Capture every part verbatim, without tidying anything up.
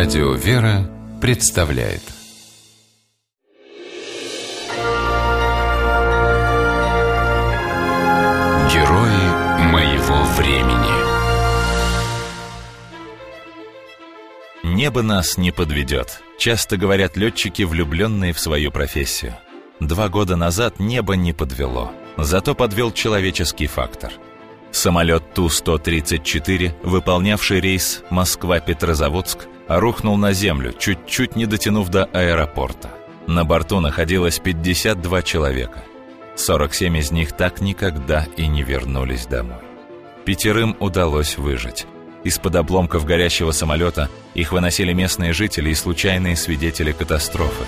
Радио «Вера» представляет Герои моего времени. Небо нас не подведет. Часто говорят летчики, влюбленные в свою профессию. Два года назад небо не подвело. Зато подвел человеческий фактор. Самолет Ту сто тридцать четыре, выполнявший рейс Москва-Петрозаводск, рухнул на землю, чуть-чуть не дотянув до аэропорта. На борту находилось пятьдесят два человека. сорок семь из них так никогда и не вернулись домой. Пятерым удалось выжить. Из-под обломков горящего самолета их выносили местные жители и случайные свидетели катастрофы.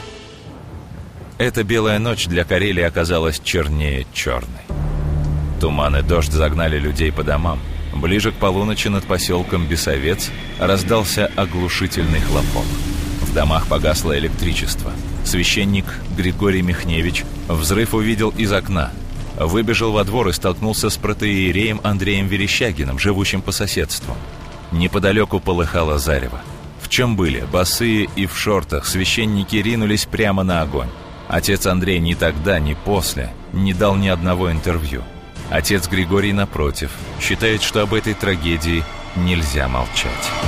Эта белая ночь для Карелии оказалась чернее черной. Туман и дождь загнали людей по домам. Ближе к полуночи над поселком Бесовец раздался оглушительный хлопок. В домах погасло электричество. Священник Григорий Михневич взрыв увидел из окна. Выбежал во двор и столкнулся с протоиереем Андреем Верещагиным, живущим по соседству. Неподалеку полыхало зарево. В чем были, босые и в шортах, священники ринулись прямо на огонь. Отец Андрей ни тогда, ни после не дал ни одного интервью. Отец Григорий, напротив, считает, что об этой трагедии нельзя молчать.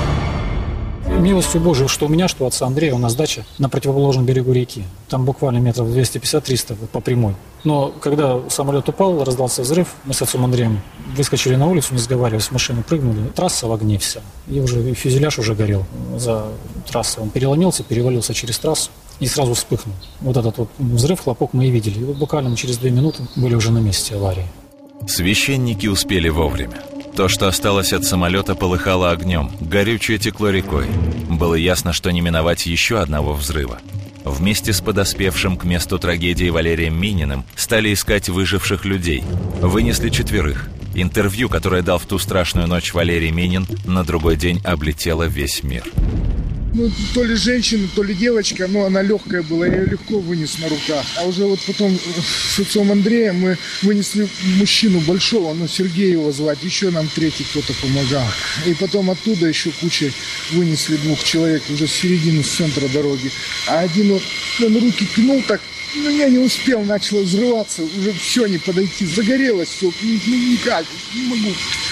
Милостью Божией, что у меня, что у отца Андрея, у нас дача на противоположном берегу реки. Там буквально метров двести пятьдесят - триста по прямой. Но когда самолет упал, раздался взрыв, мы с отцом Андреем выскочили на улицу, не сговариваясь, в машину прыгнули. Трасса в огне вся. И уже и фюзеляж уже горел за трассой. Он переломился, перевалился через трассу и сразу вспыхнул. Вот этот вот взрыв, хлопок мы и видели. И вот буквально через две минуты были уже на месте аварии. Священники успели вовремя. То, что осталось от самолета, полыхало огнем, горючее текло рекой. Было ясно, что не миновать еще одного взрыва. Вместе с подоспевшим к месту трагедии Валерием Мининым стали искать выживших людей. Вынесли четверых. Интервью, которое дал в ту страшную ночь Валерий Минин, на другой день облетело весь мир. Ну, то ли женщина, то ли девочка, но она легкая была, я ее легко вынес на руках. А уже вот потом с отцом Андреем мы вынесли мужчину большого, ну, Сергея его звать, еще нам третий кто-то помогал. И потом оттуда еще кучей вынесли двух человек уже с середины, с центра дороги. А один вот, он руки кнул так, ну, я не успел, начало взрываться, уже все, не подойти, загорелось все, ну, никак, не могу.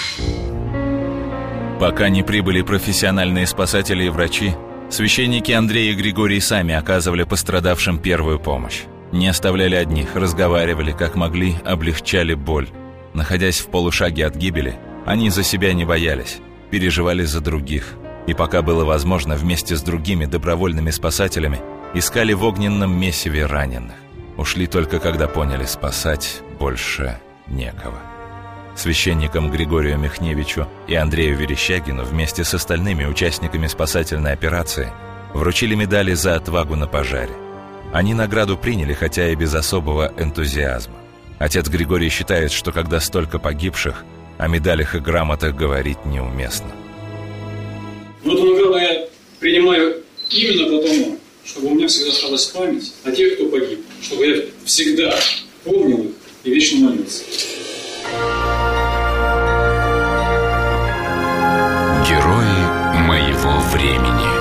Пока не прибыли профессиональные спасатели и врачи, священники Андрей и Григорий сами оказывали пострадавшим первую помощь. Не оставляли одних, разговаривали, как могли, облегчали боль. Находясь в полушаге от гибели, они за себя не боялись, переживали за других. И пока было возможно, вместе с другими добровольными спасателями искали в огненном месиве раненых. Ушли только когда поняли, спасать больше некого. Священникам Григорию Михневичу и Андрею Верещагину вместе с остальными участниками спасательной операции вручили медали за отвагу на пожаре. Они награду приняли, хотя и без особого энтузиазма. Отец Григорий считает, что когда столько погибших, о медалях и грамотах говорить неуместно. Но эту награду я принимаю именно потому, чтобы у меня всегда осталась память о тех, кто погиб, чтобы я всегда помнил их и вечно молился. Герои моего времени.